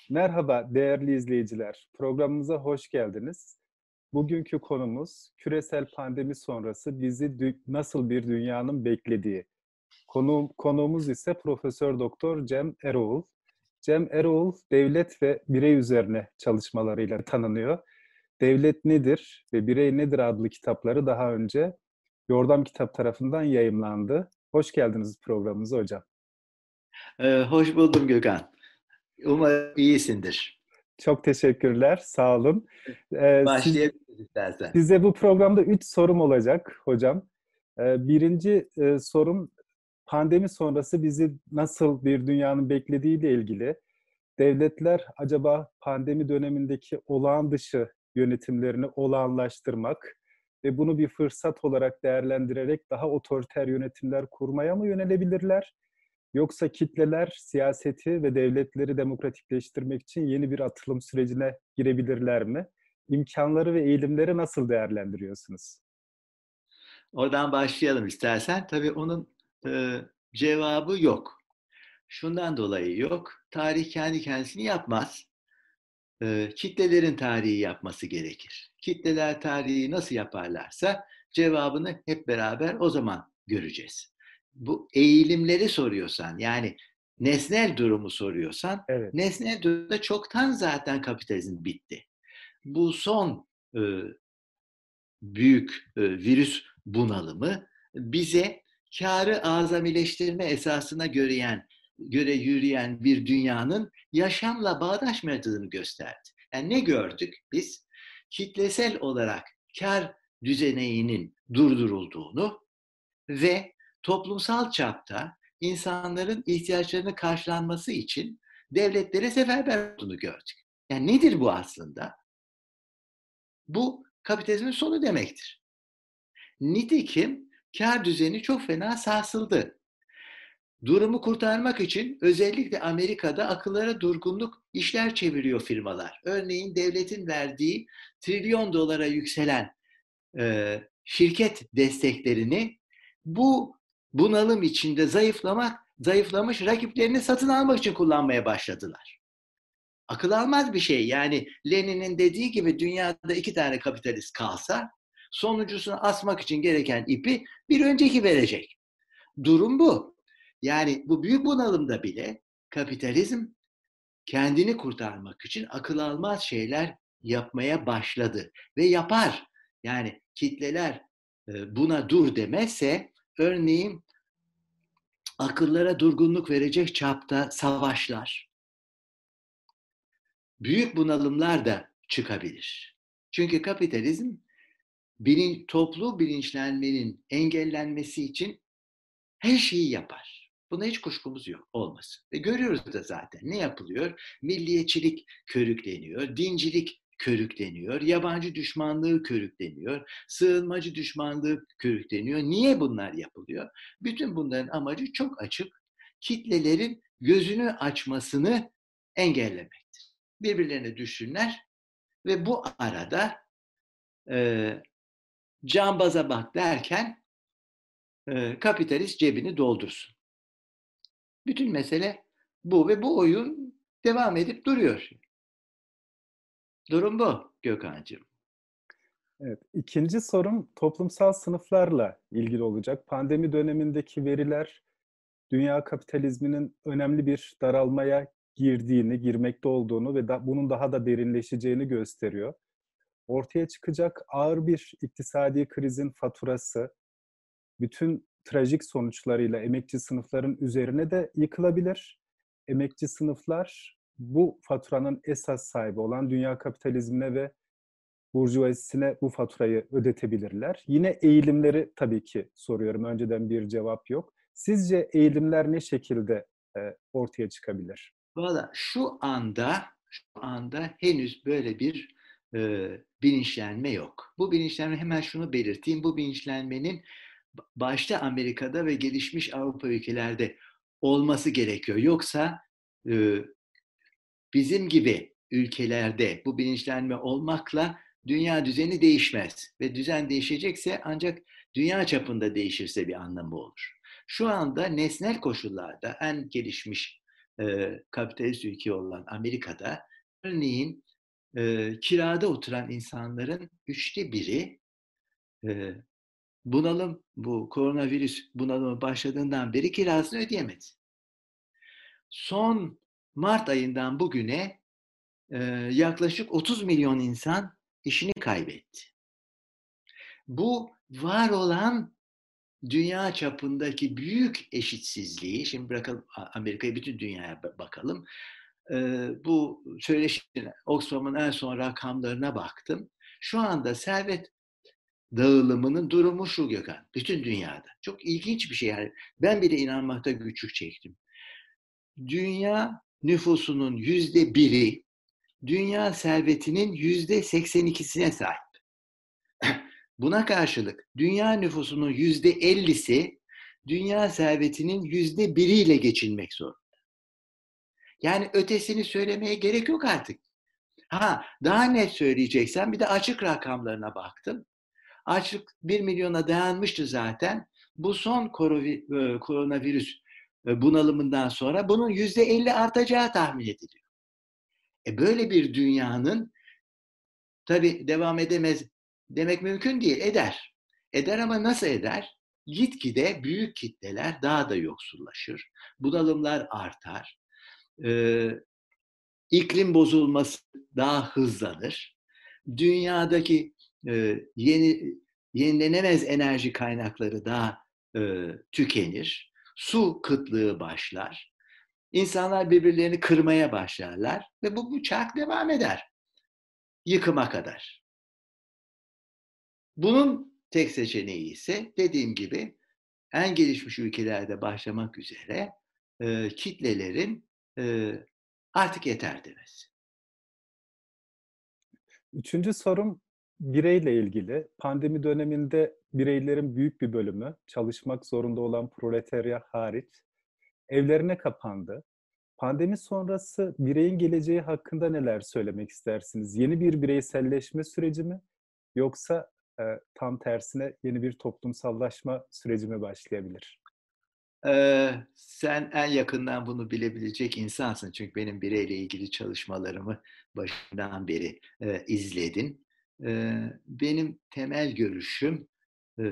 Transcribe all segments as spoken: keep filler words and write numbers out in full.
Merhaba değerli izleyiciler, programımıza hoş geldiniz. Bugünkü konumuz küresel pandemi sonrası bizi dü- nasıl bir dünyanın beklediği. Konu, konuğumuz ise Profesör Doktor Cem Eroğlu. Cem Eroğlu devlet ve birey üzerine çalışmalarıyla tanınıyor. Devlet Nedir ve Birey Nedir adlı kitapları daha önce Yordam Kitap tarafından yayımlandı. Hoş geldiniz programımıza hocam. Ee, hoş buldum Gökhan. Umarım iyisindir. Çok teşekkürler, sağ olun. Ee, siz Başlayabiliriz istersen. Size bu programda üç sorum olacak hocam. Ee, birinci e, sorum pandemi sonrası bizi nasıl bir dünyanın beklediğiyle ilgili. Devletler acaba pandemi dönemindeki olağan dışı yönetimlerini olağanlaştırmak ve bunu bir fırsat olarak değerlendirerek daha otoriter yönetimler kurmaya mı yönelebilirler? Yoksa kitleler siyaseti ve devletleri demokratikleştirmek için yeni bir atılım sürecine girebilirler mi? İmkanları ve eğilimleri nasıl değerlendiriyorsunuz? Oradan başlayalım istersen. Tabii onun e, cevabı yok. Şundan dolayı yok. Tarih kendi kendisini yapmaz. E, kitlelerin tarihi yapması gerekir. Kitleler tarihi nasıl yaparlarsa cevabını hep beraber o zaman göreceğiz. Bu eğilimleri soruyorsan, yani nesnel durumu soruyorsan, Evet, nesnel durumda çoktan zaten kapitalizm bitti. Bu son e, büyük e, virüs bunalımı bize kârı azamileştirme esasına göreyen, göre yürüyen bir dünyanın yaşamla bağdaşmadığını gösterdi. Yani ne gördük biz? Kitlesel olarak kar düzeninin durdurulduğunu ve toplumsal çapta insanların ihtiyaçlarını karşılanması için devletlere seferber olduğunu gördük. Yani nedir bu aslında? Bu kapitalizmin sonu demektir. Nitekim kar düzeni çok fena sarsıldı. Durumu kurtarmak için özellikle Amerika'da akıllara durgunluk işler çeviriyor firmalar. Örneğin devletin verdiği trilyon dolara yükselen e, şirket desteklerini bu bunalım içinde zayıflamak, zayıflamış rakiplerini satın almak için kullanmaya başladılar. Akıl almaz bir şey. Yani Lenin'in dediği gibi dünyada iki tane kapitalist kalsa sonuncusunu asmak için gereken ipi bir önceki verecek. Durum bu. Yani bu büyük bunalımda bile kapitalizm kendini kurtarmak için akıl almaz şeyler yapmaya başladı ve yapar. Yani kitleler e, buna dur demezse örneğin akıllara durgunluk verecek çapta savaşlar, büyük bunalımlar da çıkabilir. Çünkü kapitalizm bilin, toplu bilinçlenmenin engellenmesi için her şeyi yapar. Buna hiç kuşkumuz yok, olmasın. Ve görüyoruz da zaten ne yapılıyor? Milliyetçilik körükleniyor, dincilik körükleniyor, yabancı düşmanlığı körükleniyor, sığınmacı düşmanlığı körükleniyor. Niye bunlar yapılıyor? Bütün bunların amacı çok açık. Kitlelerin gözünü açmasını engellemektir. Birbirlerine düşsünler ve bu arada e, cambaza bak derken e, kapitalist cebini doldursun. Bütün mesele bu ve bu oyun devam edip duruyor. Durum bu Gökhan'cığım. evet. İkinci sorum toplumsal sınıflarla ilgili olacak. Pandemi dönemindeki veriler dünya kapitalizminin önemli bir daralmaya girdiğini, girmekte olduğunu ve da, bunun daha da derinleşeceğini gösteriyor. Ortaya çıkacak ağır bir iktisadi krizin faturası bütün trajik sonuçlarıyla emekçi sınıfların üzerine de yıkılabilir. Emekçi sınıflar bu faturanın esas sahibi olan dünya kapitalizmine ve burjuvazisine bu faturayı ödetebilirler. Yine eğilimleri tabii ki soruyorum. Önceden bir cevap yok. Sizce eğilimler ne şekilde e, ortaya çıkabilir? Valla şu anda şu anda henüz böyle bir e, bilinçlenme yok. Bu bilinçlenme hemen şunu belirteyim. Bu bilinçlenmenin başta Amerika'da ve gelişmiş Avrupa ülkelerde olması gerekiyor. Yoksa e, bizim gibi ülkelerde bu bilinçlenme olmakla dünya düzeni değişmez. Ve düzen değişecekse ancak dünya çapında değişirse bir anlamı olur. Şu anda nesnel koşullarda en gelişmiş e, kapitalist ülke olan Amerika'da örneğin e, kirada oturan insanların üçte biri e, bunalım, bu koronavirüs bunalımı başladığından beri kirasını ödeyemedi. Son Mart ayından bugüne e, yaklaşık otuz milyon insan işini kaybetti. Bu var olan dünya çapındaki büyük eşitsizliği, şimdi bırakalım Amerika'yı, bütün dünyaya bakalım. Ee, bu söyleşinin, Oxfam'ın en son rakamlarına baktım. Şu anda servet dağılımının durumu şu Gökhan, bütün dünyada. Çok ilginç bir şey yani. Ben bile inanmakta güçlük çektim. Dünya nüfusunun yüzde biri, dünya servetinin yüzde seksen ikisine sahip. Buna karşılık dünya nüfusunun yüzde ellisi dünya servetinin yüzde biriyle geçinmek zorunda. Yani ötesini söylemeye gerek yok artık. Ha, daha net söyleyeceksen bir de açık rakamlarına baktım. Açlık bir milyona dayanmıştı zaten. Bu son koronavirüs bunalımından sonra bunun yüzde elli artacağı tahmin ediliyor. E böyle bir dünyanın tabii devam edemez demek mümkün değil. Eder. Eder ama nasıl eder? Gitgide büyük kitleler daha da yoksullaşır. Bunalımlar artar. Ee, iklim bozulması daha hızlanır. Dünyadaki e, yeni yenilenemez enerji kaynakları daha e, tükenir. Su kıtlığı başlar. İnsanlar birbirlerini kırmaya başlarlar ve bu bıçak devam eder. Yıkıma kadar. Bunun tek seçeneği ise dediğim gibi en gelişmiş ülkelerde başlamak üzere e, kitlelerin e, artık yeter demesi. Üçüncü sorum bireyle ilgili. Pandemi döneminde bireylerin büyük bir bölümü, çalışmak zorunda olan proletarya hariç, evlerine kapandı. Pandemi sonrası bireyin geleceği hakkında neler söylemek istersiniz? Yeni bir bireyselleşme süreci mi? Yoksa e, tam tersine yeni bir toplumsallaşma süreci mi başlayabilir? Ee, sen en yakından bunu bilebilecek insansın. Çünkü benim bireyle ilgili çalışmalarımı başından beri e, izledin. E, benim temel görüşüm e,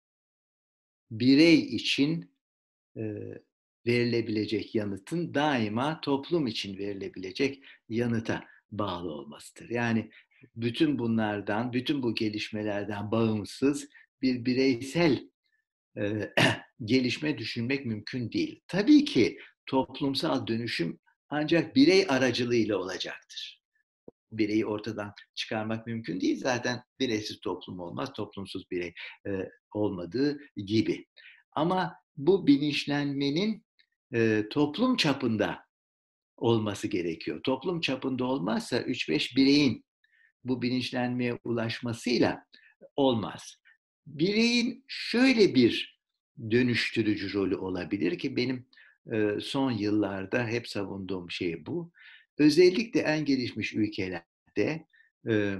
birey için e, verilebilecek yanıtın daima toplum için verilebilecek yanıta bağlı olmasıdır. Yani bütün bunlardan, bütün bu gelişmelerden bağımsız bir bireysel e, gelişme düşünmek mümkün değil. Tabii ki toplumsal dönüşüm ancak birey aracılığıyla olacaktır. Bireyi ortadan çıkarmak mümkün değil. Zaten bireysiz toplum olmaz, toplumsuz birey e, olmadığı gibi. Ama bu bilinçlenmenin e, toplum çapında olması gerekiyor. Toplum çapında olmazsa üç beş bireyin bu bilinçlenmeye ulaşmasıyla olmaz. Bireyin şöyle bir dönüştürücü rolü olabilir ki benim e, son yıllarda hep savunduğum şey bu. Özellikle en gelişmiş ülkelerde e,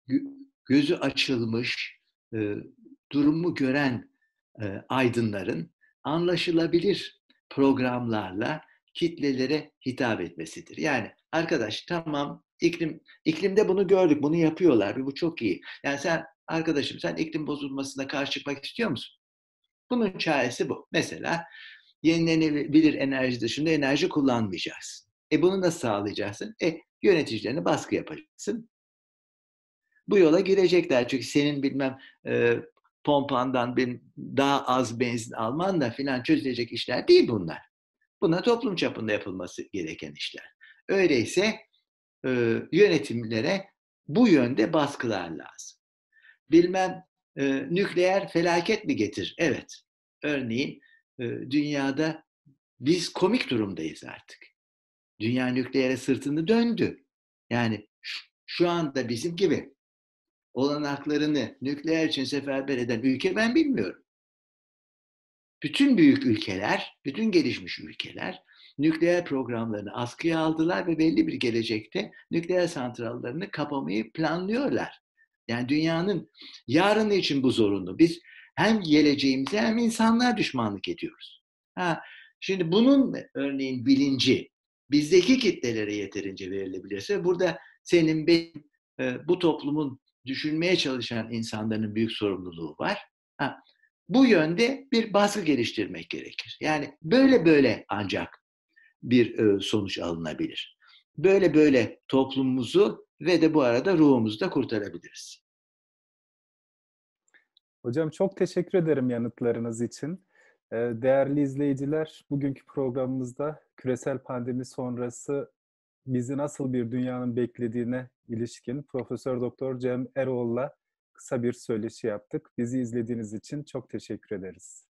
gözü açılmış, e, durumu gören e, aydınların anlaşılabilir programlarla kitlelere hitap etmesidir. Yani arkadaş tamam iklim iklimde bunu gördük, bunu yapıyorlar. Bu çok iyi. Yani sen arkadaşım sen iklim bozulmasına karşı çıkmak istiyor musun? Bunun çaresi bu. Mesela yenilenebilir enerji dışında enerji kullanmayacaksın. E bunu nasıl sağlayacaksın? E yöneticilerine baskı yapacaksın. Bu yola girecekler. Çünkü senin bilmem e, pompandan bir, daha az benzin alman da filan çözülecek işler değil bunlar. Buna toplum çapında yapılması gereken işler. Öyleyse e, yönetimlere bu yönde baskılar lazım. Bilmem e, nükleer felaket mi getir? Evet. Örneğin e, dünyada biz komik durumdayız artık. Dünya nükleere sırtını döndü. Yani şu, şu anda bizim gibi olanaklarını nükleer için seferber eden ülke ben bilmiyorum. Bütün büyük ülkeler, bütün gelişmiş ülkeler nükleer programlarını askıya aldılar ve belli bir gelecekte nükleer santrallerini kapamayı planlıyorlar. Yani dünyanın yarını için bu zorunlu. Biz hem geleceğimize hem insanlığa düşmanlık ediyoruz. Ha, şimdi bunun örneğin bilinci bizdeki kitlelere yeterince verilebilirse, burada senin, benim, e, bu toplumun düşünmeye çalışan insanların büyük sorumluluğu var. Ha, bu yönde bir baskı geliştirmek gerekir. Yani böyle böyle ancak bir e, sonuç alınabilir. Böyle böyle toplumumuzu ve de bu arada ruhumuzu da kurtarabiliriz. Hocam çok teşekkür ederim yanıtlarınız için. Ee, Değerli izleyiciler, bugünkü programımızda küresel pandemi sonrası bizi nasıl bir dünyanın beklediğine ilişkin Profesör Doktor Cem Eroğlu'la kısa bir söyleşi yaptık. Bizi izlediğiniz için çok teşekkür ederiz.